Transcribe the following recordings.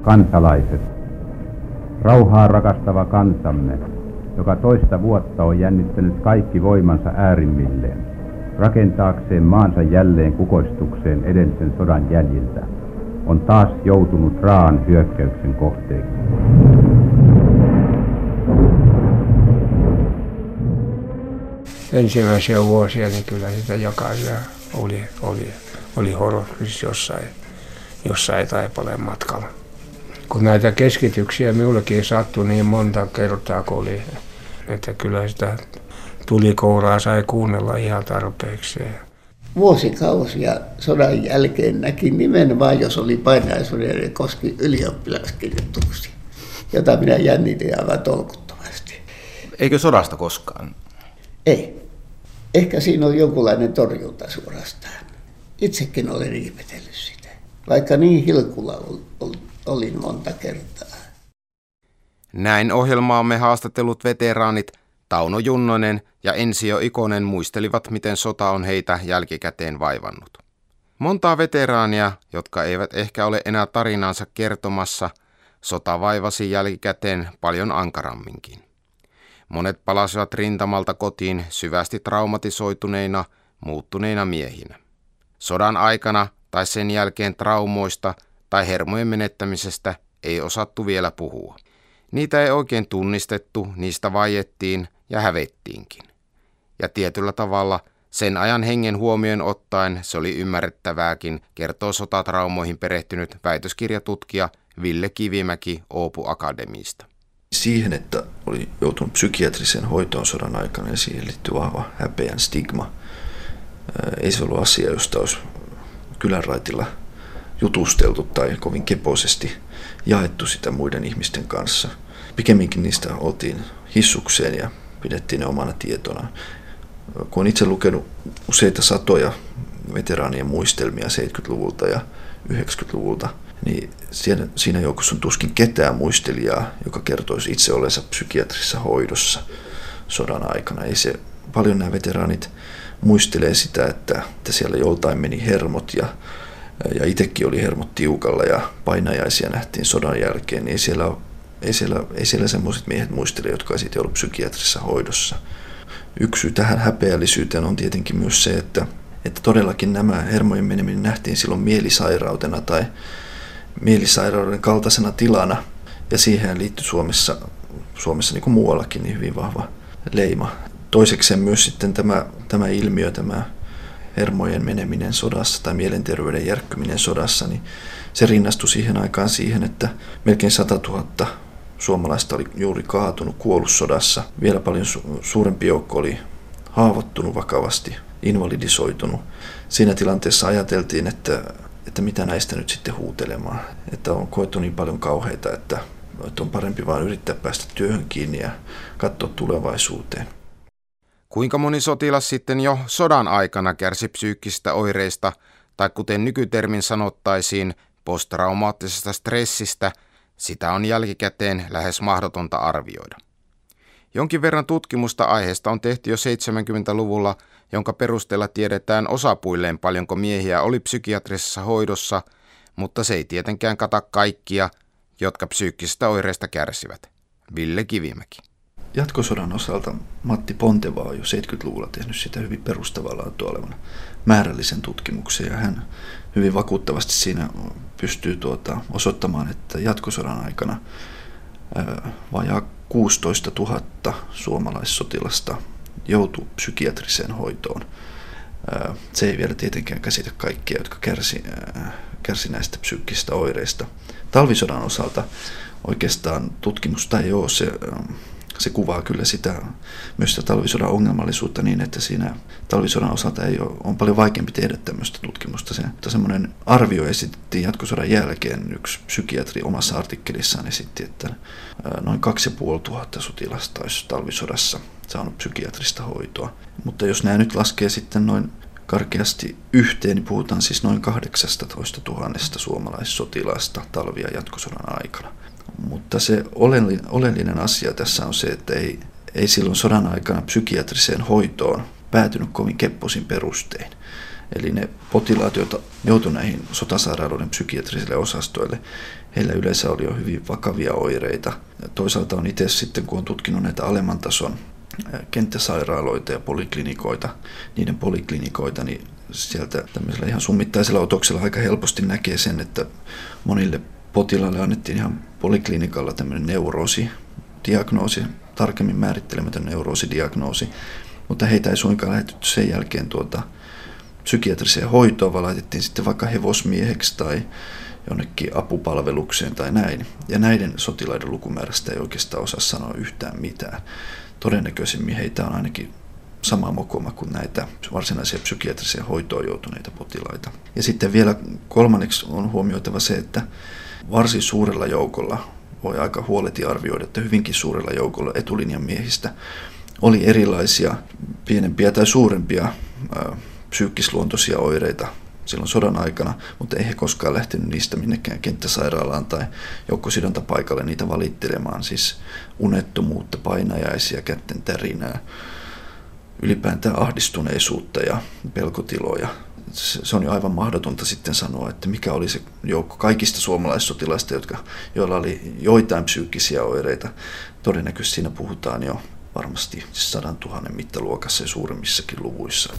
Kansalaiset, rauhaa rakastava kansamme, joka toista vuotta on jännittänyt kaikki voimansa äärimmilleen, rakentaakseen maansa jälleen kukoistukseen edellisen sodan jäljiltä, on taas joutunut raaan hyökkäyksen kohteeksi. Ensimmäisiä vuosia niin kyllä sitä jokaisella oli horroris jossain taipaleen matkalla. Kun näitä keskityksiä minullekin sattui niin monta kertaa, kun oli, että kyllä sitä tulikouraa sai kuunnella ihan tarpeeksi. Vuosikausia sodan jälkeen näki nimenomaan, jos oli painajaisuuden ja koski ylioppilaskirjoituksia, jota minä jännitin aivan tolkuttomasti. Eikö sodasta koskaan? Ei. Ehkä siinä on jonkunlainen torjunta suorastaan. Itsekin olen ihmetellyt sitä, vaikka niin hilkulla olin monta kertaa. Näin ohjelmaamme haastatellut veteraanit Tauno Junnonen ja Ensio Ikonen muistelivat, miten sota on heitä jälkikäteen vaivannut. Montaa veteraania, jotka eivät ehkä ole enää tarinansa kertomassa, sota vaivasi jälkikäteen paljon ankaramminkin. Monet palasivat rintamalta kotiin syvästi traumatisoituneina, muuttuneina miehinä. Sodan aikana tai sen jälkeen traumoista tai hermojen menettämisestä ei osattu vielä puhua. Niitä ei oikein tunnistettu, niistä vaiettiin ja hävettiinkin. Ja tietyllä tavalla sen ajan hengen huomioon ottaen se oli ymmärrettävääkin, kertoo sotatraumoihin perehtynyt väitöskirjatutkija Ville Kivimäki Oopu Akademiista. Siihen, että oli joutunut psykiatriseen hoitoon sodan aikana ja siihen liittyy vahva häpeän stigma. Ei se ollut asia, josta olisi kylänraitilla jutusteltu tai kovin kepoisesti jaettu sitä muiden ihmisten kanssa. Pikemminkin niistä oltiin hissukseen ja pidettiin ne omana tietona. Kun olen itse lukenut useita satoja veteraanien muistelmia 70-luvulta ja 90-luvulta, niin siinä joukossa on tuskin ketään muistelijaa, joka kertoisi itse olleensa psykiatrisessa hoidossa sodan aikana. Ei se, paljon nämä veteraanit muistelee sitä, että siellä joltain meni hermot ja itsekin oli hermot tiukalla ja painajaisia nähtiin sodan jälkeen, niin ei siellä semmoiset miehet muistele, jotka ei sitten ollut psykiatrisessa hoidossa. Yksi syy tähän häpeällisyyteen on tietenkin myös se, että todellakin nämä hermojen meneminen nähtiin silloin mielisairautena tai mielisairauden kaltaisena tilana, ja siihen liittyy Suomessa niin kuin muuallakin niin hyvin vahva leima. Toisekseen myös sitten tämä ilmiö, tämä hermojen meneminen sodassa tai mielenterveyden järkkyminen sodassa, niin se rinnastui siihen aikaan siihen, että melkein 100 000 suomalaista oli juuri kaatunut, kuollut sodassa. Vielä paljon suurempi joukko oli haavoittunut vakavasti, invalidisoitunut. Siinä tilanteessa ajateltiin, että mitä näistä nyt sitten huutelemaan. Että on koettu niin paljon kauheita, että on parempi vaan yrittää päästä työhön kiinni ja katsoa tulevaisuuteen. Kuinka moni sotilas sitten jo sodan aikana kärsi psyykkisistä oireista, tai kuten nykytermin sanottaisiin, posttraumaattisesta stressistä, sitä on jälkikäteen lähes mahdotonta arvioida. Jonkin verran tutkimusta aiheesta on tehty jo 70-luvulla, jonka perusteella tiedetään osapuilleen paljonko miehiä oli psykiatrisessa hoidossa, mutta se ei tietenkään kata kaikkia, jotka psyykkisistä oireista kärsivät. Ville Kivimäki. Jatkosodan osalta Matti Ponteva on jo 70-luvulla tehnyt sitä hyvin perustavaa laatua olevan määrällisen tutkimuksen, ja hän hyvin vakuuttavasti siinä pystyy osoittamaan, että jatkosodan aikana vajaa 16 000 suomalaissotilasta joutui psykiatriseen hoitoon. Se ei vielä tietenkään käsitä kaikkia, jotka kärsi näistä psyykkisistä oireista. Talvisodan osalta oikeastaan tutkimusta ei ole. Se kuvaa kyllä myös sitä talvisodan ongelmallisuutta niin, että siinä talvisodan osalta on paljon vaikeampi tehdä tämmöistä tutkimusta. Semmoinen arvio esitettiin jatkosodan jälkeen. Yksi psykiatri omassa artikkelissaan esitti, että noin 2500 sotilasta olisi talvisodassa saanut psykiatrista hoitoa. Mutta jos nämä nyt laskee sitten noin karkeasti yhteen, niin puhutaan siis noin 18 000 suomalaissotilasta talvi- ja jatkosodan aikana. Mutta se oleellinen asia tässä on se, että ei silloin sodan aikana psykiatriseen hoitoon päätynyt kovin kepposin perustein. Eli ne potilaat, joita joutui näihin sotasairaaloiden psykiatrisille osastoille, heillä yleensä oli jo hyvin vakavia oireita. Ja toisaalta on itse sitten, kun on tutkinut näitä alemman tason kenttäsairaaloita ja poliklinikoita, niin sieltä tämmöisellä ihan summittaisella otoksella aika helposti näkee sen, että monille potilaille annettiin ihan poliklinikalla tämmöinen neuroosidiagnoosi, tarkemmin määrittelemätön neuroosidiagnoosi, mutta heitä ei suinkaan lähetetty sen jälkeen psykiatriseen hoitoon, vaan laitettiin sitten vaikka hevosmieheksi tai jonnekin apupalvelukseen tai näin. Ja näiden sotilaiden lukumäärästä ei oikeastaan osaa sanoa yhtään mitään. Todennäköisemmin heitä on ainakin sama mokoma kuin näitä varsinaisia psykiatriseen hoitoon joutuneita potilaita. Ja sitten vielä kolmanneksi on huomioitava se, että varsin suurella joukolla, voi aika huoleti arvioida, että hyvinkin suurella joukolla etulinjan miehistä oli erilaisia pienempiä tai suurempia psyykkisluontoisia oireita silloin sodan aikana, mutta ei he koskaan lähtenyt niistä minnekään kenttäsairaalaan tai joukkosidontapaikalle niitä valittelemaan, siis unettomuutta, painajaisia, kätten tärinää, ylipäätään ahdistuneisuutta ja pelkotiloja. Se on jo aivan mahdotonta sitten sanoa, että mikä oli se joukko kaikista suomalaissotilaista, joilla oli joitain psyykkisiä oireita. Todennäköisesti siinä puhutaan jo varmasti 100 000 mittaluokassa ja suuremmissakin luvuissa.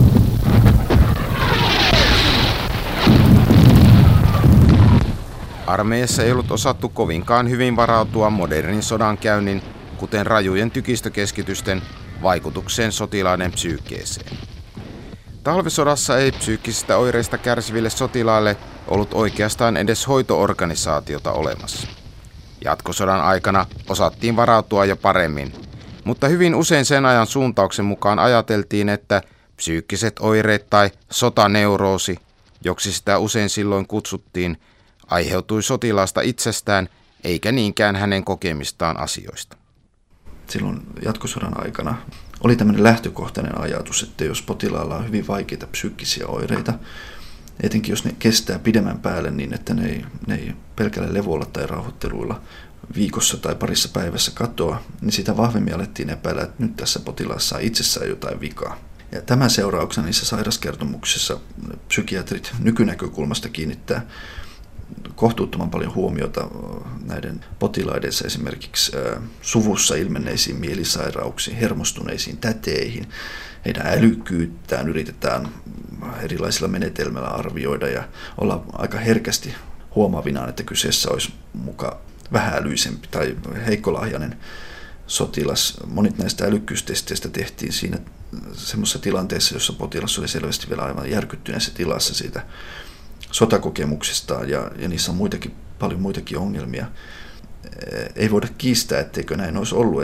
Armeijassa ei ollut osattu kovinkaan hyvin varautua modernin sodankäynnin, kuten rajujen tykistökeskitysten, vaikutukseen sotilaiden psyykkeeseen. Talvisodassa ei psyykkisistä oireista kärsiville sotilaille ollut oikeastaan edes hoitoorganisaatiota olemassa. Jatkosodan aikana osattiin varautua jo paremmin, mutta hyvin usein sen ajan suuntauksen mukaan ajateltiin, että psyykkiset oireet tai sotaneuroosi, joksi sitä usein silloin kutsuttiin, aiheutui sotilaasta itsestään eikä niinkään hänen kokemistaan asioista. Silloin jatkosodan aikana oli tämmöinen lähtökohtainen ajatus, että jos potilaalla on hyvin vaikeita psyykkisiä oireita, etenkin jos ne kestää pidemmän päälle niin, että ne ei pelkällä levolla tai rauhoitteluilla viikossa tai parissa päivässä katoa, niin sitä vahvemmin alettiin epäillä, että nyt tässä potilaassa on itsessään jotain vikaa. Ja tämän seurauksena niissä sairaskertomuksissa psykiatrit nykynäkökulmasta kiinnittää kohtuuttoman paljon huomiota näiden potilaidensa esimerkiksi suvussa ilmenneisiin mielisairauksiin, hermostuneisiin täteihin. Heidän älykkyyttään yritetään erilaisilla menetelmillä arvioida ja olla aika herkästi huomaavinaan, että kyseessä olisi muka vähälyisempi tai heikkolahjainen sotilas. Monet näistä älykkyystesteistä tehtiin siinä semmoisessa tilanteessa, jossa potilas oli selvästi vielä aivan järkyttyneessä tilassa siitä sotakokemuksestaan ja niissä on paljon muitakin ongelmia. Ei voida kiistää, etteikö näin olisi ollut,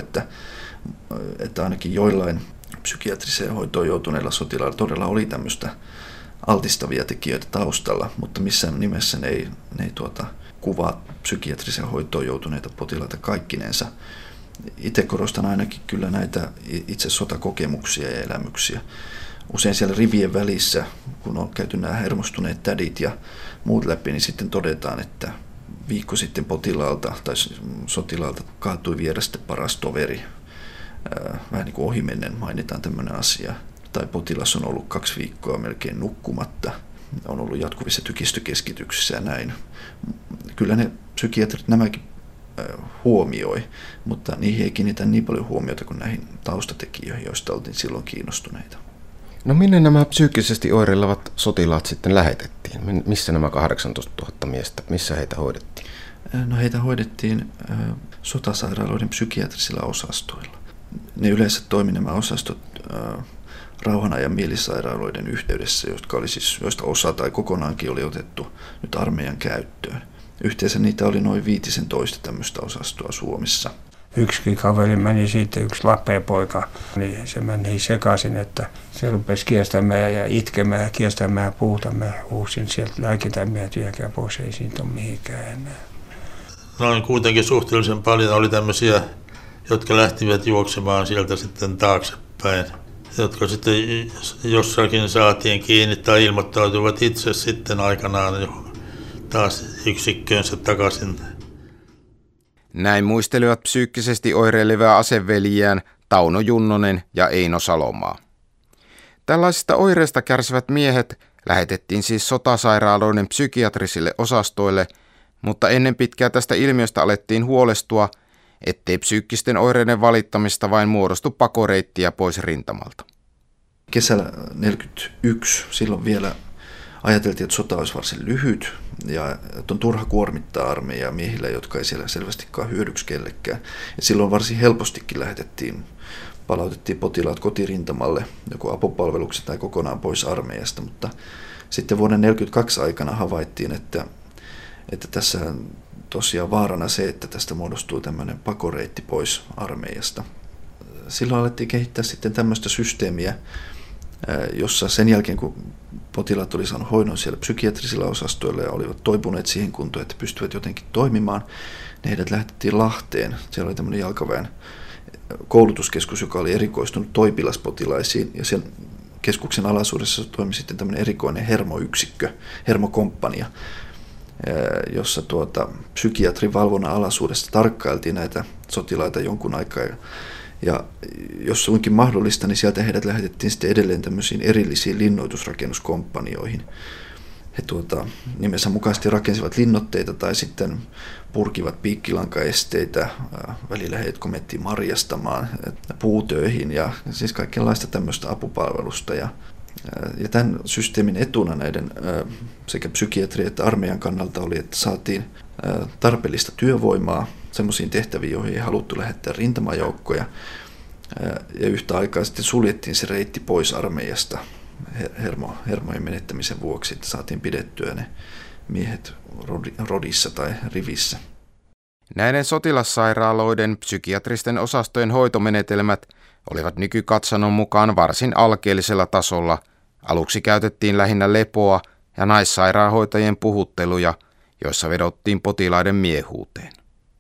että ainakin joillain psykiatriseen hoitoon joutuneilla sotilailla todella oli tämmöistä altistavia tekijöitä taustalla, mutta missään nimessä ne ei kuvaa psykiatriseen hoitoon joutuneita potilaita kaikkinensa. Itse korostan ainakin kyllä näitä itse sotakokemuksia ja elämyksiä. Usein siellä rivien välissä, kun on käyty nämä hermostuneet tädit ja muut läpi, niin sitten todetaan, että viikko sitten potilaalta tai sotilaalta kaatui vierestä paras toveri. Vähän niin kuin ohimennen mainitaan tämmöinen asia. Tai potilas on ollut 2 viikkoa melkein nukkumatta, on ollut jatkuvissa tykistökeskityksissä ja näin. Kyllä ne psykiatrit nämäkin huomioi, mutta niihin ei kiinnitä niin paljon huomiota kuin näihin taustatekijöihin, joista oltiin silloin kiinnostuneita. No minne nämä psyykkisesti oireilevat sotilaat sitten lähetettiin? Missä nämä 18 000 miestä, missä heitä hoidettiin? No heitä hoidettiin sotasairaaloiden psykiatrisilla osastoilla. Ne yleensä toimi nämä osastot rauhanajan mielisairaaloiden yhteydessä, joista osa tai kokonaankin oli otettu nyt armeijan käyttöön. Yhteensä niitä oli noin 15 tämmöistä osastoa Suomessa. Yksikin kaveri meni sitten, yksi Lappeen-poika, niin se meni sekaisin, että se rupesi kiestämään ja itkemään ja kiestämään puuta. Mä huusin sieltä lääkintämiehet, viekää pois, ei siitä ole mihinkään enää. No kuitenkin suhteellisen paljon oli tämmöisiä, jotka lähtivät juoksemaan sieltä sitten taaksepäin, jotka sitten jossakin saatiin kiinni tai ilmoittautuivat itse sitten aikanaan jo taas yksikköönsä takaisin. Näin muistelivat psyykkisesti oireilevia aseveljiään Tauno Junnonen ja Eino Salomaa. Tällaisista oireista kärsivät miehet Lähetettiin siis sotasairaaloiden psykiatrisille osastoille, mutta ennen pitkää tästä ilmiöstä alettiin huolestua, ettei psyykkisten oireiden valittamista vain muodostu pakoreittiä pois rintamalta. Kesällä 1941 silloin vielä ajateltiin, että sota olisi varsin lyhyt ja että on turha kuormittaa armeijaa miehillä, jotka ei siellä selvästikään hyödyksi kellekään. Ja silloin varsin helpostikin palautettiin potilaat kotirintamalle, joko apupalvelukset tai kokonaan pois armeijasta, mutta sitten vuoden 1942 aikana havaittiin, että tässä tosiaan vaarana se, että tästä muodostuu tämmöinen pakoreitti pois armeijasta. Silloin alettiin kehittää sitten tämmöistä systeemiä, jossa sen jälkeen, kun potilaat oli saanut hoidon siellä psykiatrisilla osastoilla ja olivat toipuneet siihen kuntoon, että pystyvät jotenkin toimimaan, niin heidät lähetettiin Lahteen. Siellä oli tämmöinen jalkaväen koulutuskeskus, joka oli erikoistunut toipilaspotilaisiin, ja sen keskuksen alaisuudessa toimi sitten tämmöinen erikoinen hermoyksikkö, hermokomppania, jossa psykiatrin valvonnan alaisuudessa tarkkailtiin näitä sotilaita jonkun aikaa. Ja jos suinkin mahdollista, niin sieltä heidät lähetettiin sitten edelleen tämmöisiin erillisiin linnoitusrakennuskomppanijoihin. He nimensä mukaisesti rakensivat linnoitteita tai sitten purkivat piikkilankaesteitä. Välillä heidät komettiin marjastamaan puutöihin ja siis kaikenlaista tämmöistä apupalvelusta. Ja tämän systeemin etuna näiden sekä psykiatria että armeijan kannalta oli, että saatiin tarpeellista työvoimaa semmoisiin tehtäviin, joihin ei haluttu lähettää rintamajoukkoja. Ja yhtä aikaa sitten suljettiin se reitti pois armeijasta hermojen menettämisen vuoksi, että saatiin pidettyä ne miehet rodissa tai rivissä. Näiden sotilassairaaloiden psykiatristen osastojen hoitomenetelmät olivat nykykatsannon mukaan varsin alkeellisella tasolla. Aluksi käytettiin lähinnä lepoa ja naissairaanhoitajien puhutteluja, joissa vedottiin potilaiden miehuuteen.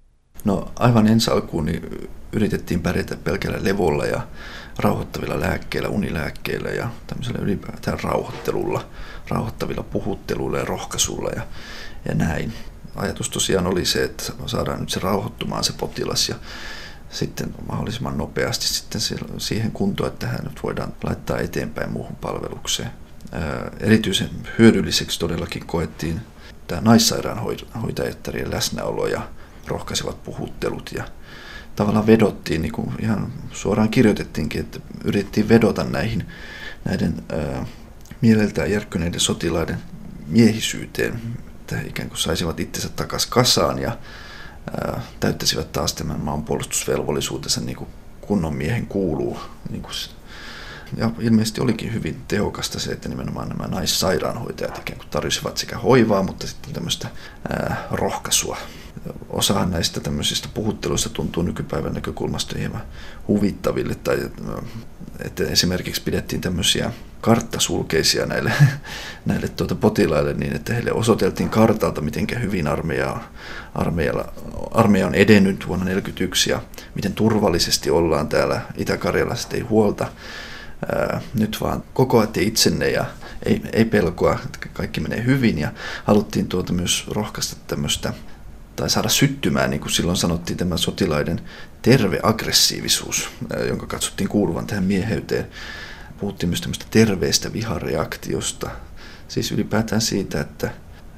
No aivan ensi alkuun niin yritettiin pärjätä pelkällä levolla ja rauhoittavilla lääkkeillä, unilääkkeillä ja tämmöisellä ylipäätään rauhoittavilla puhutteluilla ja rohkaisulla ja näin. Ajatus tosiaan oli se, että saadaan nyt se rauhoittumaan se potilas ja sitten mahdollisimman nopeasti sitten siihen kuntoon, että hän nyt voidaan laittaa eteenpäin muuhun palvelukseen. Erityisen hyödylliseksi todellakin koettiin tämä naissairaanhoitajattarien läsnäolo ja rohkaisevat puhuttelut ja tavallaan vedottiin, niin kuin ihan suoraan kirjoitettiinkin, että yritettiin vedota näiden mieleltään järkkyneiden sotilaiden miehisyyteen, että ikään kuin saisivat itsensä takaisin kasaan ja täyttäisivät taas tämän maanpuolustusvelvollisuutensa niin kuin kunnon miehen kuuluu. Niin kuin, ja ilmeisesti olikin hyvin tehokasta se, että nimenomaan nämä naissairaanhoitajat ikään kuin tarjosivat sekä hoivaa, mutta sitten tämmöistä rohkaisua. Osahan näistä tämmöisistä puhutteluista tuntuu nykypäivän näkökulmasta hieman huvittaville, tai että esimerkiksi pidettiin tämmöisiä karttasulkeisia näille potilaille niin, että heille osoiteltiin kartalta, miten hyvin armeija on edennyt vuonna 1941 ja miten turvallisesti ollaan täällä Itä-Karjalassa, ei huolta. Nyt vaan kokoatte itsenne ja ei pelkoa, että kaikki menee hyvin ja haluttiin myös rohkaista tämmöistä tai saada syttymään, niin kuin silloin sanottiin, tämä sotilaiden terve aggressiivisuus, jonka katsottiin kuuluvan tähän mieheyteen. Puhuttiin myös tämmöistä terveestä vihareaktiosta, siis ylipäätään siitä, että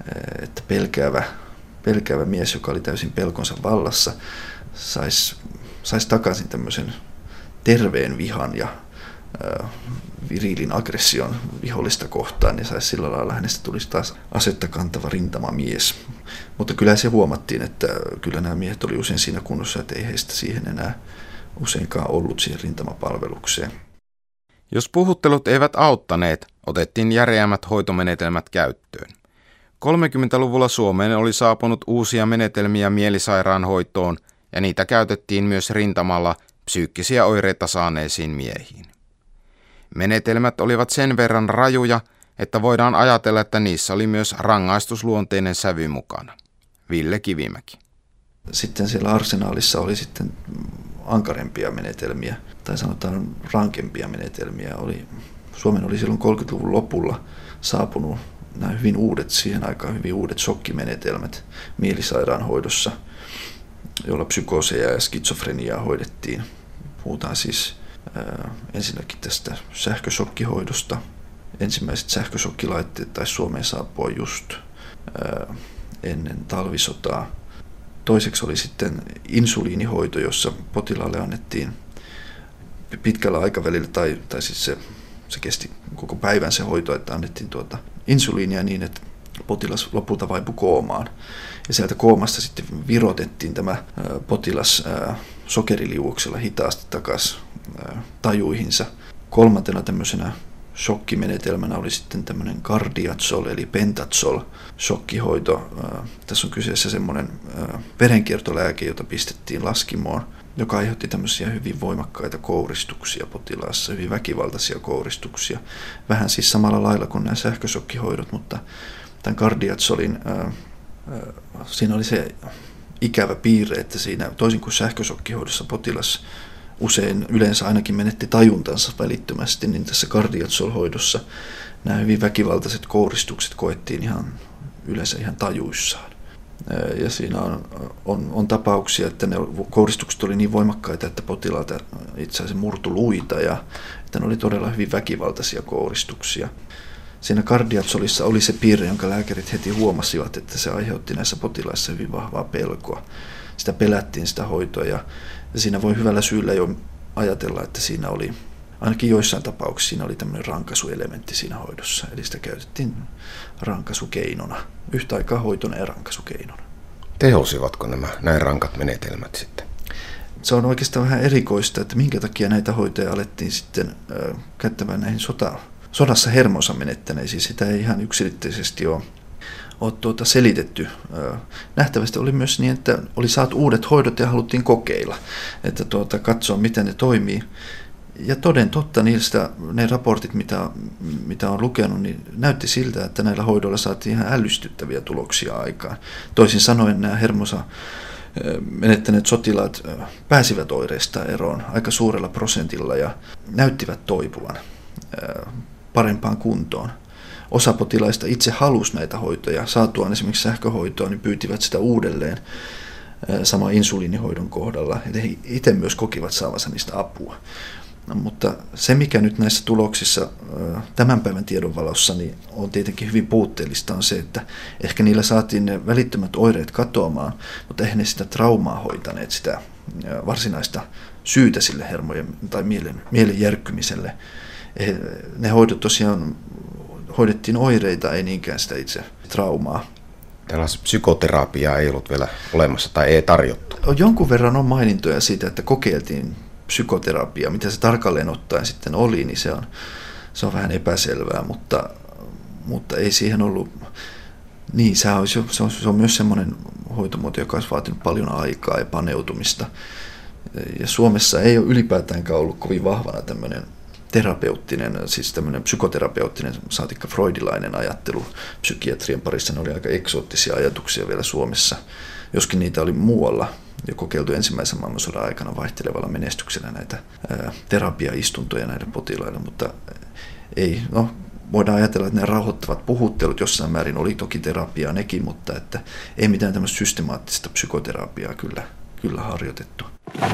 pelkäävä mies, joka oli täysin pelkonsa vallassa, saisi takaisin tämmöisen terveen vihan ja viriilin aggression vihollista kohtaan ja saisi sillä lailla hänestä tulisi taas asetta kantava rintamamies. Mutta kyllä se huomattiin, että kyllä nämä miehet oli usein siinä kunnossa, että ei heistä siihen enää useinkaan ollut siihen rintamapalvelukseen. Jos puhuttelut eivät auttaneet, otettiin järeämmät hoitomenetelmät käyttöön. 30-luvulla Suomeen oli saapunut uusia menetelmiä mielisairaanhoitoon ja niitä käytettiin myös rintamalla psyykkisiä oireita saaneisiin miehiin. Menetelmät olivat sen verran rajuja, että voidaan ajatella, että niissä oli myös rangaistusluonteinen sävy mukana. Ville Kivimäki. Sitten siellä arsenaalissa oli sitten ankarempia menetelmiä, tai sanotaan rankempia menetelmiä. Suomen oli silloin 30-luvun lopulla saapunut nämä siihen aikaan hyvin uudet shokkimenetelmät mielisairaanhoidossa, joilla psykooseja ja skitsofreniaa hoidettiin. Puhutaan siis ensinnäkin tästä sähköshokkihoidosta, ensimmäiset sähkösokkilaitteet taisi Suomeen saapua just ennen talvisotaa. Toiseksi oli sitten insuliinihoito, jossa potilaalle annettiin pitkällä aikavälillä, tai siis se kesti koko päivän se hoito, että annettiin insuliinia niin, että potilas lopulta vaipui koomaan. Ja sieltä koomasta sitten virotettiin tämä potilas sokeriliuoksella hitaasti takaisin tajuihinsa. Kolmantena tämmöisenä shokkimenetelmänä oli sitten tämmöinen Cardiazol eli Pentazol shokkihoito. Tässä on kyseessä semmoinen verenkiertolääke, jota pistettiin laskimoon, joka aiheutti tämmöisiä hyvin voimakkaita kouristuksia potilaassa, hyvin väkivaltaisia kouristuksia. Vähän siis samalla lailla kuin nämä sähkösokkihoidot, mutta tämän Cardiazolin siinä oli se ikävä piirre, että siinä toisin kuin sähkösokkihoidossa potilas yleensä ainakin menetti tajuntansa välittömästi, niin tässä Cardiazol-hoidossa nämä hyvin väkivaltaiset kouristukset koettiin yleensä ihan tajuissaan. Ja siinä on tapauksia, että ne kouristukset oli niin voimakkaita, että potilaalta itse asiassa murtu luita ja että ne oli todella hyvin väkivaltaisia kouristuksia. Siinä Cardiazolissa oli se piirre, jonka lääkärit heti huomasivat, että se aiheutti näissä potilaissa hyvin vahvaa pelkoa. Sitä pelättiin sitä hoitoa ja siinä voi hyvällä syyllä jo ajatella, että siinä oli, ainakin joissain tapauksissa siinä oli tämmöinen rankaisuelementti siinä hoidossa. Eli sitä käytettiin rankaisukeinona, yhtä aikaa hoitona ja rankaisukeinona. Tehosivatko nämä näin rankat menetelmät sitten? Se on oikeastaan vähän erikoista, että minkä takia näitä hoitoja alettiin sitten käyttämään näihin sodassa hermonsa menettäneisiin. Sitä ei ihan yksiselitteisesti ole selitetty. Nähtävästi oli myös niin, että oli saatu uudet hoidot ja haluttiin kokeilla, että katsoa miten ne toimii. Ja toden totta ne raportit, mitä on lukenut, niin näytti siltä, että näillä hoidoilla saatiin ihan ällistyttäviä tuloksia aikaan. Toisin sanoen nämä hermonsa menettäneet sotilaat pääsivät oireista eroon aika suurella prosentilla ja näyttivät toipuvan parempaan kuntoon. Osa potilaista itse halusi näitä hoitoja. Saatuaan esimerkiksi sähköhoitoa, niin pyytivät sitä uudelleen sama insuliinihoidon kohdalla. He itse myös kokivat saavansa niistä apua. No, mutta se, mikä nyt näissä tuloksissa tämän päivän tiedon valossa niin on tietenkin hyvin puutteellista, on se, että ehkä niillä saatiin ne välittömät oireet katoamaan, mutta eihän ne sitä traumaa hoitaneet, sitä varsinaista syytä sille hermojen tai mielen järkkymiselle. Ne hoidot tosiaan hoidettiin oireita, ei niinkään sitä itse traumaa. Tällaista psykoterapiaa ei ollut vielä olemassa tai ei tarjottu. Jonkun verran on mainintoja siitä, että kokeiltiin psykoterapiaa. Mitä se tarkalleen ottaen sitten oli, niin se on vähän epäselvää, mutta ei siihen ollut. Niin, se on myös semmoinen hoitomuoto, joka olisi vaatinut paljon aikaa ja paneutumista. Ja Suomessa ei ole ylipäätäänkään ollut kovin vahvana tämmöinen terapeuttinen, siis tämmöinen psykoterapeuttinen, saatikka freudilainen ajattelu psykiatrian parissa. Ne oli aika eksoottisia ajatuksia vielä Suomessa, joskin niitä oli muualla jo kokeiltu ensimmäisen maailmansodan aikana vaihtelevalla menestyksellä näitä terapiaistuntoja näille potilaille, mutta ei, voidaan ajatella, että nämä rauhoittavat puhuttelut jossain määrin oli toki terapiaa nekin, mutta että ei mitään tämmöistä systemaattista psykoterapiaa kyllä harjoitettu.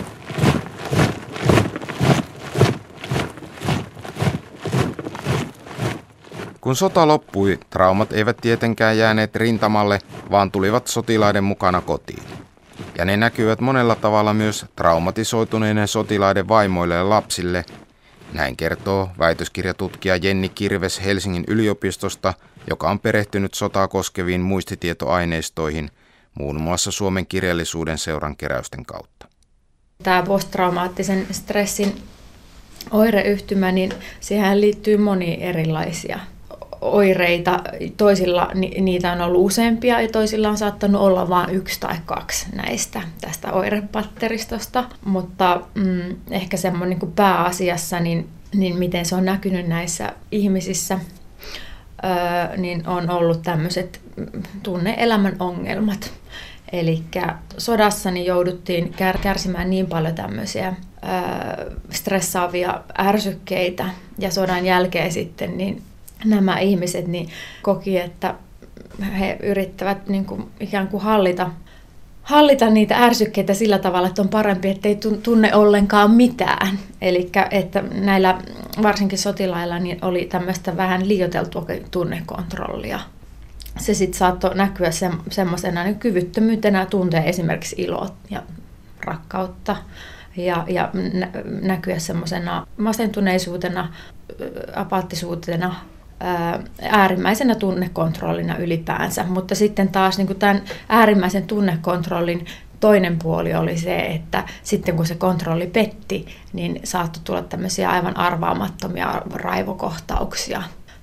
Kun sota loppui, traumat eivät tietenkään jääneet rintamalle, vaan tulivat sotilaiden mukana kotiin. Ja ne näkyvät monella tavalla myös traumatisoituneiden sotilaiden vaimoille ja lapsille. Näin kertoo väitöskirjatutkija Jenni Kirves Helsingin yliopistosta, joka on perehtynyt sotaa koskeviin muistitietoaineistoihin, muun muassa Suomen kirjallisuuden seuran keräysten kautta. Tämä posttraumaattisen stressin oireyhtymä, niin siihen liittyy monia erilaisia oireita. Toisilla niitä on ollut useampia ja toisilla on saattanut olla vain 1 tai 2 näistä tästä oirepatteristosta. Mutta ehkä semmoinen niin pääasiassa, niin miten se on näkynyt näissä ihmisissä, niin on ollut tämmöiset tunne-elämän ongelmat. Eli sodassa niin jouduttiin kärsimään niin paljon tämmöisiä stressaavia ärsykkeitä ja sodan jälkeen sitten niin nämä ihmiset niin koki, että he yrittävät niin kuin ikään kuin hallita niitä ärsykkeitä sillä tavalla, että on parempi, ettei tunne ollenkaan mitään. Eli että näillä varsinkin sotilailla niin oli tämmöistä vähän liioiteltua tunnekontrollia. Se sitten saattoi näkyä semmoisena niin kyvyttömyytenä tuntea esimerkiksi iloa ja rakkautta ja näkyä semmoisena masentuneisuutena, apaattisuutena, äärimmäisenä tunnekontrollina ylipäänsä. Mutta sitten taas niin kuin tämän äärimmäisen tunnekontrollin toinen puoli oli se, että sitten kun se kontrolli petti, niin saattoi tulla tämmöisiä aivan arvaamattomia raivokohtauksia.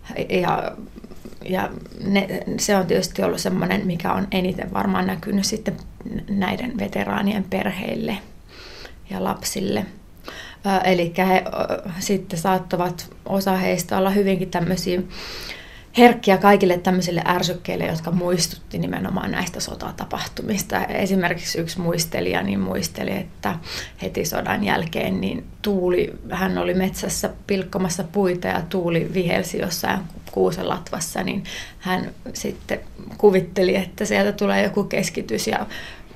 Ja se on tietysti ollut semmoinen, mikä on eniten varmaan näkynyt sitten näiden veteraanien perheille ja lapsille. Eli he sitten saattavat osa heistä olla hyvinkin tämmöisiä herkkiä kaikille tämmöisille ärsykkeille, jotka muistutti nimenomaan näistä sotatapahtumista. Esimerkiksi yksi muistelija niin muisteli, että heti sodan jälkeen niin hän oli metsässä pilkkomassa puita ja tuuli vihelsi jossain kuuselatvassa, niin hän sitten kuvitteli, että sieltä tulee joku keskitys ja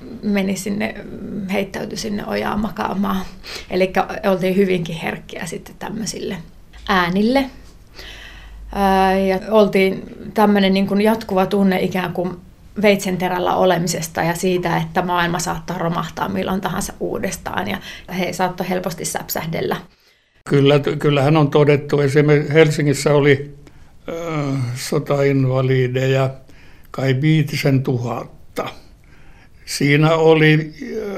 heittäytyi sinne ojaan makaamaan. Eli oltiin hyvinkin herkkiä sitten tämmöisille äänille. Ja oltiin tämmöinen niin kuin jatkuva tunne ikään kuin veitsenterällä olemisesta ja siitä, että maailma saattaa romahtaa milloin tahansa uudestaan ja he saattoi helposti säpsähdellä. Kyllähän on todettu, esimerkiksi Helsingissä oli sotainvalideja kai 5,000. Siinä oli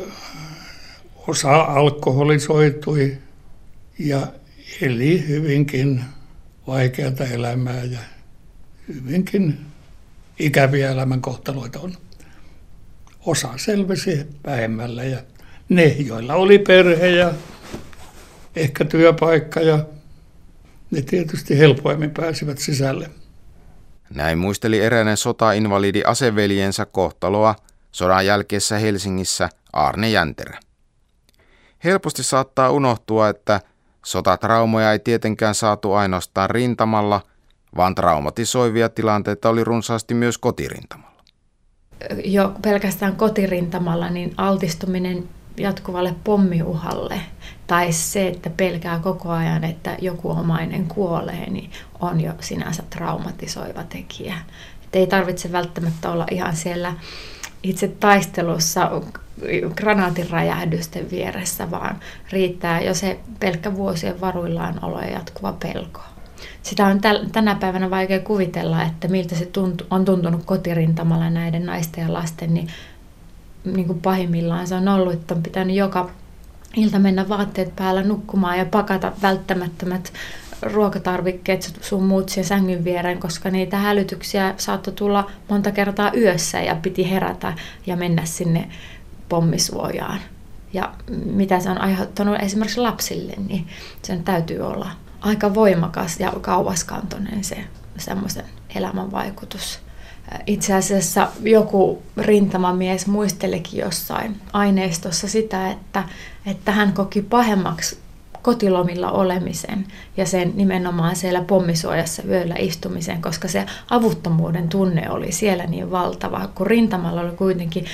osa alkoholisoitui ja eli hyvinkin vaikeata elämää ja hyvinkin ikäviä elämänkohtaloita on. Osa selvisi vähemmällä ja ne, joilla oli perhe ja ehkä työpaikka ja ne tietysti helpoimmin pääsivät sisälle. Näin muisteli eräinen sotainvalidi aseveljensä kohtaloa sodan jälkeisessä Helsingissä Arne Jänterä. Helposti saattaa unohtua, että sotatraumoja ei tietenkään saatu ainoastaan rintamalla, vaan traumatisoivia tilanteita oli runsaasti myös kotirintamalla. Jo pelkästään kotirintamalla niin altistuminen jatkuvalle pommiuhalle tai se, että pelkää koko ajan, että joku omainen kuolee, niin on jo sinänsä traumatisoiva tekijä. Et ei tarvitse välttämättä olla ihan siellä itse taistelussa granaatin räjähdysten vieressä, vaan riittää jo se pelkkä vuosien varuillaan olo ja jatkuva pelko. Sitä on tänä päivänä vaikea kuvitella, että miltä se on tuntunut kotirintamalla näiden naisten ja lasten, niin kuin pahimmillaan se on ollut, että on pitänyt joka ilta mennä vaatteet päällä nukkumaan ja pakata välttämättömät ruokatarvikkeet sun muut siihen sängyn viereen, koska niitä hälytyksiä saattoi tulla monta kertaa yössä ja piti herätä ja mennä sinne pommisuojaan. Ja mitä se on aiheuttanut esimerkiksi lapsille, niin sen täytyy olla aika voimakas ja kauaskantoinen se semmoisen elämän vaikutus. Itse asiassa joku rintamamies muistelikin jossain aineistossa sitä, että hän koki pahemmaksi kotilomilla olemisen ja sen nimenomaan siellä pommisuojassa yöllä istumisen, koska se avuttomuuden tunne oli siellä niin valtava, kun rintamalla oli kuitenkin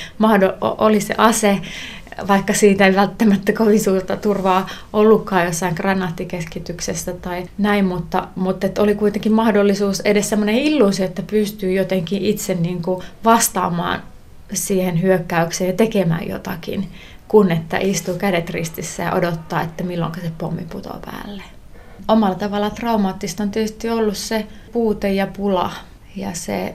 oli se ase, vaikka siitä ei välttämättä kovin suurta turvaa ollutkaan jossain granaattikeskytyksessä tai näin, mutta että oli kuitenkin mahdollisuus, edes semmoinen illuusio, että pystyy jotenkin itse niin kuin vastaamaan siihen hyökkäykseen ja tekemään jotakin, kun että istuu kädet ristissä ja odottaa, että milloin se pommi putoaa päälle. Omalla tavalla traumaattista on tietysti ollut se puute ja pula ja se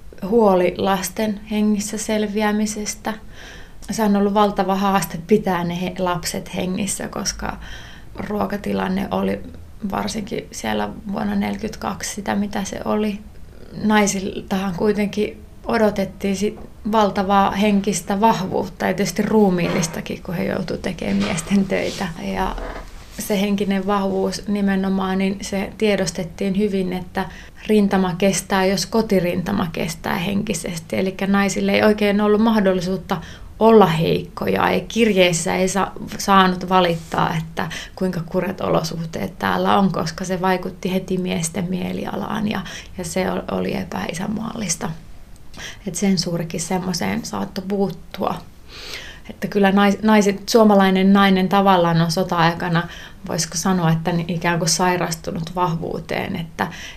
huoli lasten hengissä selviämisestä. Se on ollut valtava haaste pitää ne lapset hengissä, koska ruokatilanne oli varsinkin siellä vuonna 1942 sitä, mitä se oli. Naisiltahan kuitenkin odotettiin valtavaa henkistä vahvuutta ja tietysti ruumiillistakin, kun he joutuivat tekemään miesten töitä. Ja se henkinen vahvuus nimenomaan, niin se tiedostettiin hyvin, että rintama kestää, jos kotirintama kestää henkisesti. Eli naisille ei oikein ollut mahdollisuutta olla heikkoja. Ei kirjeissä ei saanut valittaa, että kuinka kurjat olosuhteet täällä on, koska se vaikutti heti miesten mielialaan ja se oli epäisänmaallista. Et sensuurikin semmoiseen saattoi puuttua. Että kyllä suomalainen nainen tavallaan on sota-aikana, voisiko sanoa, että ikään kuin sairastunut vahvuuteen,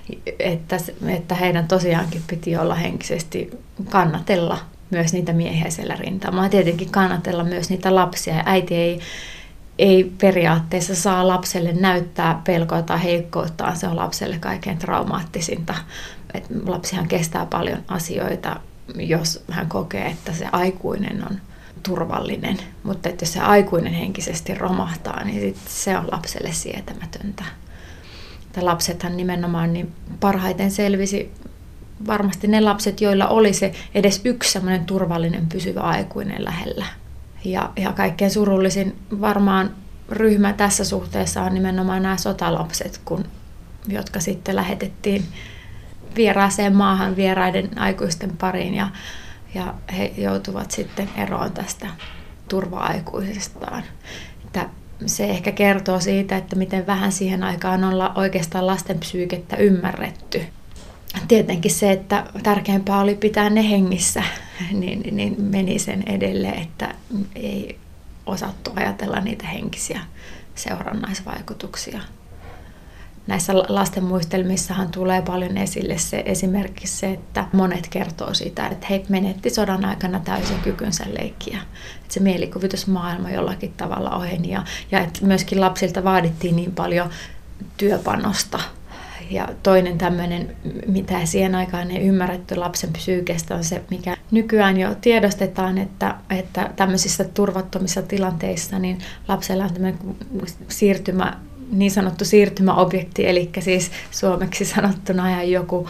että heidän tosiaankin piti olla henkisesti kannatella myös niitä miehiä siellä rintamalla. Tietenkin kannatella myös niitä lapsia. Äiti ei periaatteessa saa lapselle näyttää pelkoa tai heikkouttaan. Se on lapselle kaikkein traumaattisinta. Lapsihan kestää paljon asioita, jos hän kokee, että se aikuinen on turvallinen. Mutta että jos se aikuinen henkisesti romahtaa, niin sit se on lapselle sietämätöntä. Lapsethan nimenomaan niin parhaiten selvisi varmasti ne lapset, joilla oli se edes yksi sellainen turvallinen pysyvä aikuinen lähellä. Ja kaikkein surullisin varmaan ryhmä tässä suhteessa on nimenomaan nämä sotalapset, jotka sitten lähetettiin vieraaseen maahan vieraiden aikuisten pariin ja he joutuvat sitten eroon tästä turva-aikuisestaan. Että se ehkä kertoo siitä, että miten vähän siihen aikaan on oikeastaan lasten psyykettä ymmärretty. Tietenkin se, että tärkeämpää oli pitää ne hengissä, niin meni sen edelle, että ei osattu ajatella niitä henkisiä seurannaisvaikutuksia. Näissä lasten muistelmissahan tulee paljon esille esimerkiksi se, että monet kertoo siitä, että he menetti sodan aikana täysin kykynsä leikkiä. Että se mielikuvitusmaailma jollakin tavalla oheni ja että myöskin lapsilta vaadittiin niin paljon työpanosta. Ja toinen tämmöinen, mitä siihen aikaan ei ymmärretty lapsen psyykestä, on se, mikä nykyään jo tiedostetaan, että tämmöisissä turvattomissa tilanteissa niin lapsella on tämmöinen niin sanottu siirtymäobjekti, eli siis suomeksi sanottuna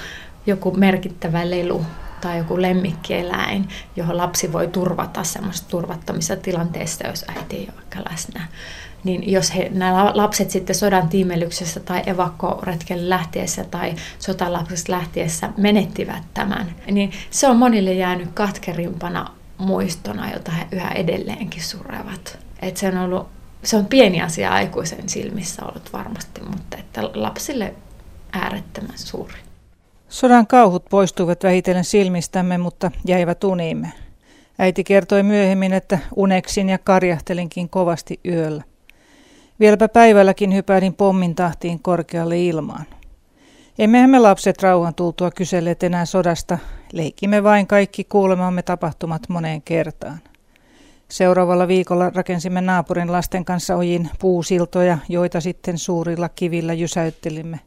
joku merkittävä lelu tai joku lemmikkieläin, johon lapsi voi turvata semmoisissa turvattomissa tilanteissa, jos äiti ei ole vaikka läsnä. Niin jos nämä lapset sitten sodan tiimelyksessä tai evakkoretkelle lähtiessä tai sotalapsesta lähtiessä menettivät tämän, niin se on monille jäänyt katkerimpana muistona, jota he yhä edelleenkin surevat. Et se on pieni asia aikuisen silmissä ollut varmasti, mutta että lapsille äärettömän suuri. Sodan kauhut poistuivat vähitellen silmistämme, mutta jäivät uniimme. Äiti kertoi myöhemmin, että uneksin ja karjahtelinkin kovasti yöllä. Vieläpä päivälläkin hypäilin pommin tahtiin korkealle ilmaan. Emmehän me lapset rauhan tultua kyselleet enää sodasta, leikimme vain kaikki kuulemamme tapahtumat moneen kertaan. Seuraavalla viikolla rakensimme naapurin lasten kanssa ojiin puusiltoja, joita sitten suurilla kivillä jysäyttelimme.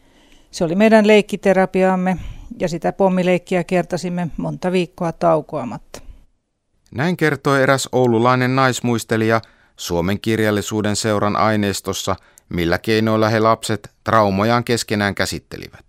Se oli meidän leikkiterapiaamme ja sitä pommileikkiä kertasimme monta viikkoa taukoamatta. Näin kertoi eräs oululainen naismuistelija Suomen kirjallisuuden seuran aineistossa, millä keinoilla he lapset traumojaan keskenään käsittelivät.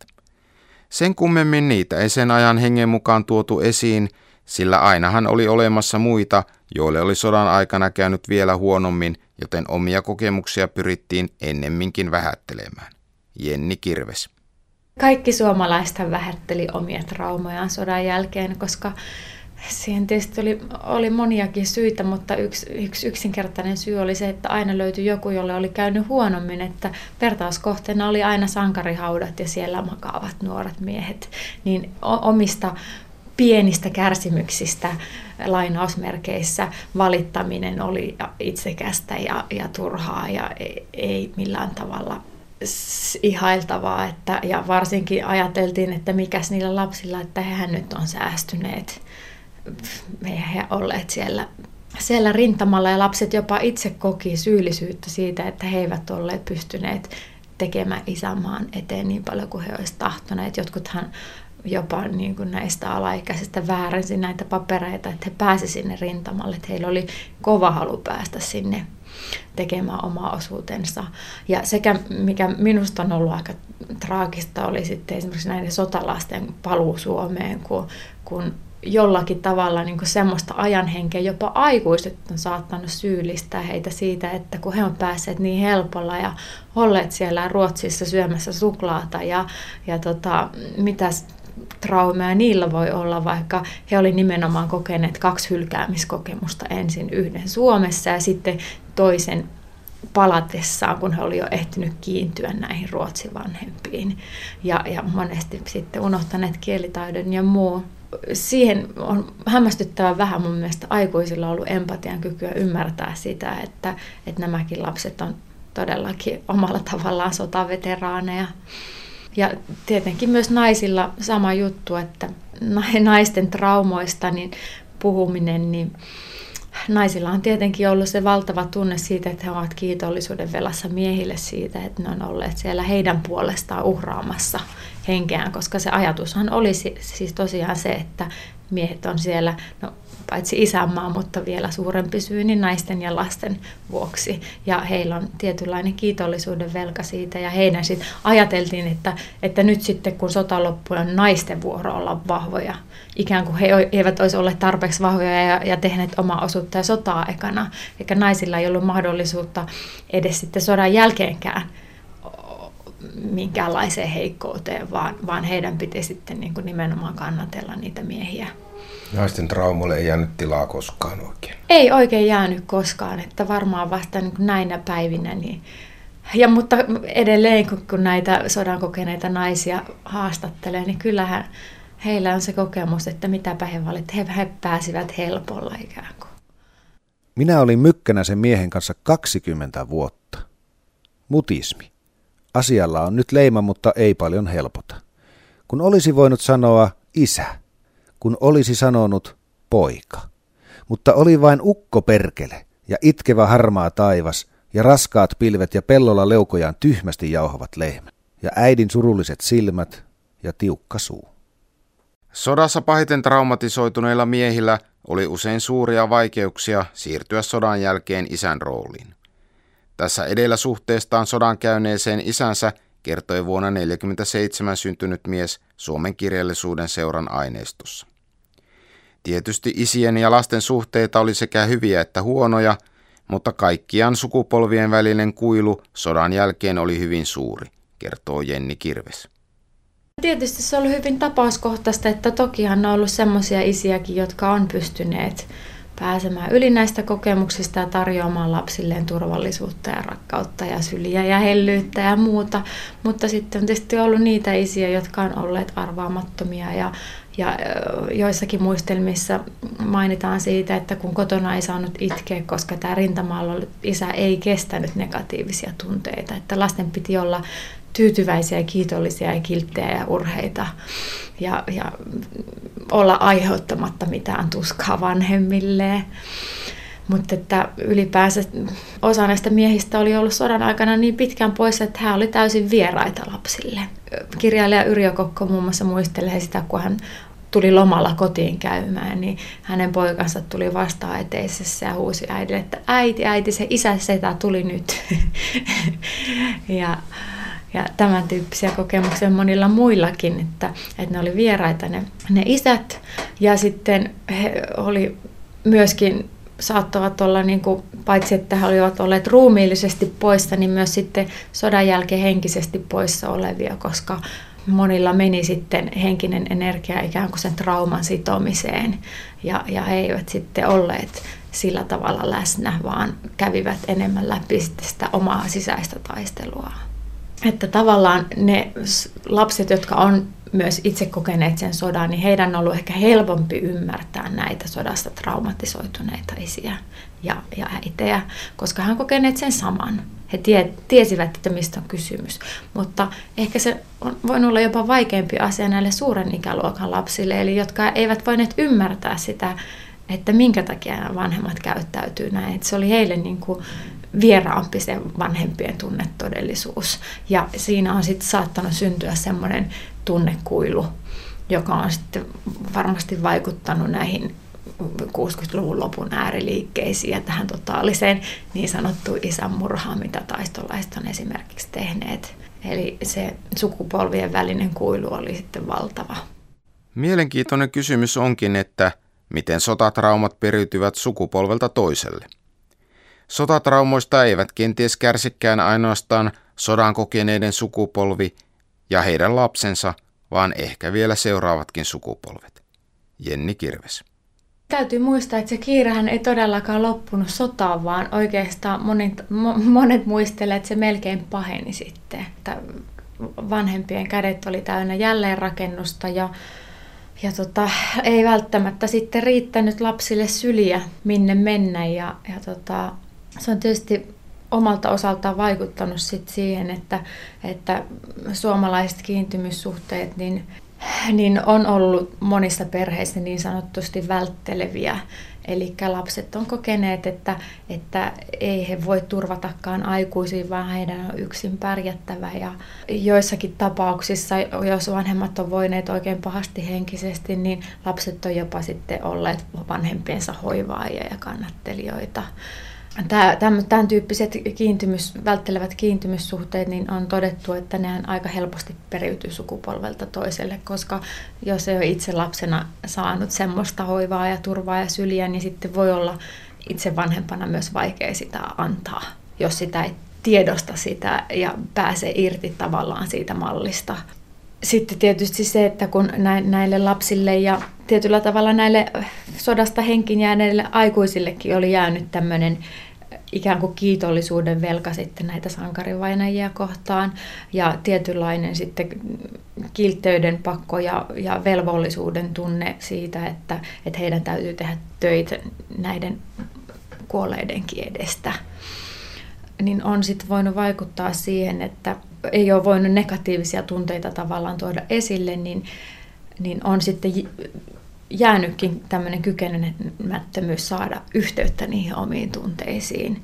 Sen kummemmin niitä ei sen ajan hengen mukaan tuotu esiin, sillä ainahan oli olemassa muita, joille oli sodan aikana käynyt vielä huonommin, joten omia kokemuksia pyrittiin ennemminkin vähättelemään. Jenni Kirves. Kaikki suomalaiset vähätteli omia traumojaan sodan jälkeen, koska siihen tietysti oli moniakin syitä, mutta yksi yksinkertainen syy oli se, että aina löytyi joku, jolle oli käynyt huonommin, että vertauskohteena oli aina sankarihaudat ja siellä makaavat nuoret miehet, niin omista pienistä kärsimyksistä lainausmerkeissä valittaminen oli itsekästä ja turhaa ja ei millään tavalla ihailtavaa, ja varsinkin ajateltiin, että mikäs niillä lapsilla, että hehän nyt on säästyneet. He olleet siellä rintamalla ja lapset jopa itse koki syyllisyyttä siitä, että he eivät olleet pystyneet tekemään isänmaan eteen niin paljon kuin he olisivat tahtoneet. Jotkuthan jopa niin kuin näistä alaikäisistä väärensi näitä papereita, että he pääsivät sinne rintamalle, että heillä oli kova halu päästä sinne tekemään omaa osuutensa. Ja sekä, mikä minusta on ollut aika traagista, oli sitten esimerkiksi näiden sotalasten paluu Suomeen, kun jollakin tavalla niin kuin semmoista ajanhenkeä jopa aikuiset on saattanut syyllistää heitä siitä, että kun he on päässeet niin helpolla ja olleet siellä Ruotsissa syömässä suklaata ja mitäs traumeja niillä voi olla, vaikka he oli nimenomaan kokeneet 2 hylkäämiskokemusta, ensin yhden Suomessa ja sitten toisen palatessaan, kun he oli jo ehtinyt kiintyä näihin Ruotsin vanhempiin ja monesti sitten unohtaneet kielitaidon ja muu. siihen on hämmästyttävän vähän mun mielestä aikuisilla ollut empatian kykyä ymmärtää sitä, että nämäkin lapset on todellakin omalla tavallaan sotaveteraaneja. Ja tietenkin myös naisilla sama juttu, että naisten traumoista niin puhuminen, niin naisilla on tietenkin ollut se valtava tunne siitä, että he ovat kiitollisuuden velassa miehille siitä, että ne on olleet siellä heidän puolestaan uhraamassa henkeään, koska se ajatushan oli siis tosiaan se, että miehet on siellä, no paitsi isänmaa, mutta vielä suurempi syy, niin naisten ja lasten vuoksi. Ja heillä on tietynlainen kiitollisuuden velka siitä, ja heidän sitten ajateltiin, että nyt sitten kun sota loppui, on naisten vuoro olla vahvoja. Ikään kuin he eivät olisi olleet tarpeeksi vahvoja ja tehneet omaa osuutta ja sotaa ekana. Eikä naisilla ei ollut mahdollisuutta edes sitten sodan jälkeenkään minkäänlaiseen heikkouteen, vaan heidän piti sitten niin kuin nimenomaan kannatella niitä miehiä. Naisten traumalle ei jäänyt tilaa koskaan oikein. Ei oikein jäänyt koskaan, että varmaan vasta niin kuin näinä päivinä. Niin. Mutta edelleen, kun näitä sodan kokeneita naisia haastattelee, niin kyllähän heillä on se kokemus, että mitäpä he valitsivat, he pääsivät helpolla ikään kuin. Minä olin mykkänä sen miehen kanssa 20 vuotta. Mutismi. Asialla on nyt leima, mutta ei paljon helpota. Kun olisi voinut sanoa isä, kun olisi sanonut poika. Mutta oli vain ukko perkele ja itkevä harmaa taivas ja raskaat pilvet ja pellolla leukojaan tyhmästi jauhavat lehmät. Ja äidin surulliset silmät ja tiukka suu. Sodassa pahiten traumatisoituneilla miehillä oli usein suuria vaikeuksia siirtyä sodan jälkeen isän rooliin. Tässä edellä suhteestaan sodan käyneeseen isänsä kertoi vuonna 1947 syntynyt mies Suomen kirjallisuuden seuran aineistossa. Tietysti isien ja lasten suhteita oli sekä hyviä että huonoja, mutta kaikkiaan sukupolvien välinen kuilu sodan jälkeen oli hyvin suuri, kertoo Jenni Kirves. Tietysti se on ollut hyvin tapauskohtaista, että tokihan on ollut semmoisia isiäkin, jotka on pystyneet pääsemään yli näistä kokemuksista ja tarjoamaan lapsilleen turvallisuutta ja rakkautta ja syliä ja hellyyttä ja muuta. Mutta sitten on tietysti ollut niitä isiä, jotka on olleet arvaamattomia ja joissakin muistelmissa mainitaan siitä, että kun kotona ei saanut itkeä, koska tämä rintamalla ollut isä ei kestänyt negatiivisia tunteita, että lasten piti olla tyytyväisiä, kiitollisia ja kilttejä ja urheita ja olla aiheuttamatta mitään tuskaa vanhemmilleen. Mutta että ylipäänsä osa näistä miehistä oli ollut sodan aikana niin pitkään pois, että hän oli täysin vieraita lapsille. Kirjailija Yrjö Kokko muun muassa muistelee sitä, kun hän tuli lomalla kotiin käymään, niin hänen poikansa tuli vastaan eteisessä ja huusi äidille, että äiti, se isä setä tuli nyt. Ja tämän tyyppisiä kokemuksia on monilla muillakin, että ne oli vieraita ne isät. Ja sitten he oli myöskin saattavat olla, niin kuin, paitsi että he olivat olleet ruumiillisesti poissa, niin myös sitten sodan jälkeen henkisesti poissa olevia, koska monilla meni sitten henkinen energia ikään kuin sen trauman sitomiseen. Ja he eivät sitten olleet sillä tavalla läsnä, vaan kävivät enemmän läpi sitten sitä omaa sisäistä taistelua. Että tavallaan ne lapset, jotka on myös itse kokeneet sen sodan, niin heidän on ollut ehkä helpompi ymmärtää näitä sodasta traumatisoituneita isiä ja äitejä, koska he on kokeneet sen saman. He tiesivät, että mistä on kysymys. Mutta ehkä se on voinut olla jopa vaikeampi asia näille suuren ikäluokan lapsille, eli jotka eivät voineet ymmärtää sitä, että minkä takia nämä vanhemmat käyttäytyy näin. Että se oli heille niin kuin vieraampi se vanhempien tunnetodellisuus. Ja siinä on sitten saattanut syntyä semmoinen tunnekuilu, joka on sitten varmasti vaikuttanut näihin 60-luvun lopun ääriliikkeisiin ja tähän totaaliseen niin sanottuun isänmurhaan, mitä taistolaiset on esimerkiksi tehneet. Eli se sukupolvien välinen kuilu oli sitten valtava. Mielenkiintoinen kysymys onkin, että miten sotatraumat periytyvät sukupolvelta toiselle. Sotatraumoista eivät kenties kärsikään ainoastaan sodan kokeneiden sukupolvi ja heidän lapsensa, vaan ehkä vielä seuraavatkin sukupolvet. Jenni Kirves. Täytyy muistaa, että se kiirehän ei todellakaan loppunut sotaan, vaan oikeastaan monet muistelevat, että se melkein paheni sitten. Että vanhempien kädet oli täynnä jälleenrakennusta ei välttämättä sitten riittänyt lapsille syliä, minne mennä. Ja se on tietysti omalta osaltaan vaikuttanut sit siihen, että suomalaiset kiintymyssuhteet niin on ollut monissa perheissä niin sanotusti vältteleviä. Eli lapset on kokeneet, että ei he voi turvatakaan aikuisiin, vaan heidän on yksin pärjättävä. Ja joissakin tapauksissa, jos vanhemmat on voineet oikein pahasti henkisesti, niin lapset on jopa sitten olleet vanhempiensa hoivaajia ja kannattelijoita. Tämän tyyppiset välttelevät kiintymyssuhteet niin on todettu, että ne aika helposti periytyy sukupolvelta toiselle, koska jos ei ole itse lapsena saanut semmoista hoivaa ja turvaa ja syliä, niin sitten voi olla itse vanhempana myös vaikea sitä antaa, jos sitä ei tiedosta sitä ja pääse irti tavallaan siitä mallista. Sitten tietysti se, että kun näille lapsille ja tietyllä tavalla näille sodasta henkiin jääneille aikuisillekin oli jäänyt tämmöinen ikään kuin kiitollisuuden velka sitten näitä sankarivainajia kohtaan ja tietynlainen sitten kiltteyden pakko ja velvollisuuden tunne siitä, että heidän täytyy tehdä töitä näiden kuolleidenkin edestä, niin on sitten voinut vaikuttaa siihen, että ei ole voinut negatiivisia tunteita tavallaan tuoda esille, niin on sitten jäänytkin tämmöinen kykenemättömyys saada yhteyttä niihin omiin tunteisiin.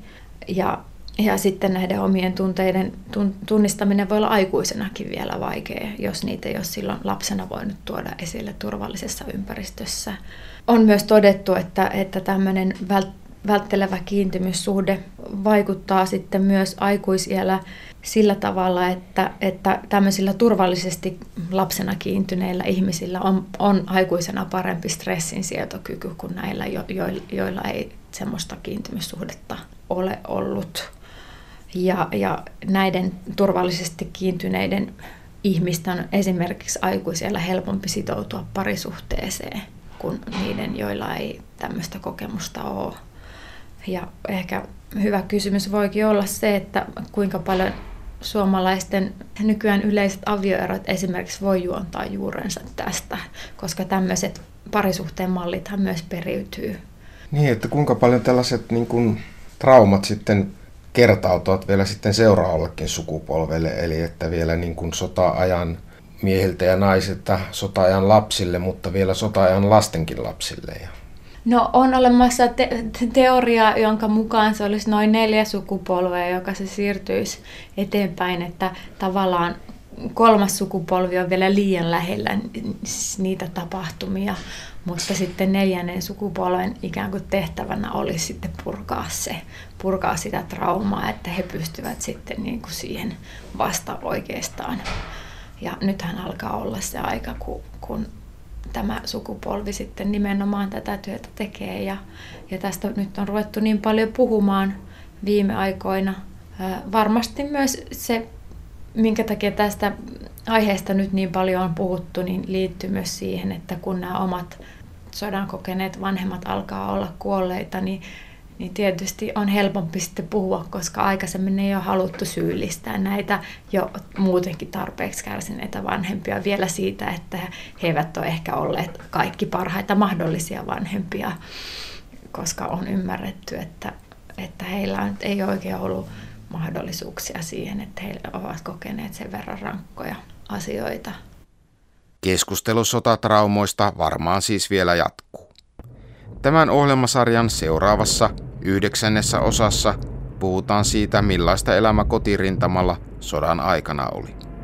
Ja sitten näiden omien tunteiden tunnistaminen voi olla aikuisenakin vielä vaikea, jos niitä ei ole silloin lapsena voinut tuoda esille turvallisessa ympäristössä. On myös todettu, että tämmöinen välttelevä kiintymyssuhde vaikuttaa sitten myös aikuisiällä sillä tavalla, että tämmöisillä turvallisesti lapsena kiintyneillä ihmisillä on aikuisena parempi stressinsietokyky kuin näillä, joilla ei semmoista kiintymyssuhdetta ole ollut. Ja näiden turvallisesti kiintyneiden ihmisten on esimerkiksi aikuisella helpompi sitoutua parisuhteeseen kuin niiden, joilla ei tämmöistä kokemusta ole. Ja ehkä hyvä kysymys voikin olla se, että kuinka paljon suomalaisten nykyään yleiset avioerot esimerkiksi voi juontaa juurensa tästä, koska tämmöiset parisuhteen mallithan myös periytyy. Niin, että kuinka paljon tällaiset niin kuin traumat sitten kertautuvat vielä sitten seuraavallekin sukupolvelle, eli että vielä niin kuin sota-ajan miehiltä ja naisilta, sota-ajan lapsille, mutta vielä sota-ajan lastenkin lapsille. No on olemassa teoria, jonka mukaan se olisi noin 4 sukupolvea, joka se siirtyisi eteenpäin, että tavallaan 3. sukupolvi on vielä liian lähellä niitä tapahtumia, mutta sitten 4. sukupolven ikään kuin tehtävänä olisi sitten purkaa sitä traumaa, että he pystyvät sitten niin kuin siihen vasta oikeastaan. Ja nythän alkaa olla se aika, kun tämä sukupolvi sitten nimenomaan tätä työtä tekee ja tästä nyt on ruvettu niin paljon puhumaan viime aikoina. Varmasti myös se, minkä takia tästä aiheesta nyt niin paljon on puhuttu, niin liittyy myös siihen, että kun nämä omat sodan kokeneet vanhemmat alkaa olla kuolleita, niin tietysti on helpompi sitten puhua, koska aikaisemmin ei ole haluttu syyllistää näitä jo muutenkin tarpeeksi kärsineitä vanhempia vielä siitä, että he eivät ole ehkä olleet kaikki parhaita mahdollisia vanhempia, koska on ymmärretty, että heillä ei oikein ollut mahdollisuuksia siihen, että he ovat kokeneet sen verran rankkoja asioita. Keskustelu sotatraumoista varmaan siis vielä jatkuu. Tämän ohjelmasarjan seuraavassa 9. osassa puhutaan siitä, millaista elämä kotirintamalla sodan aikana oli.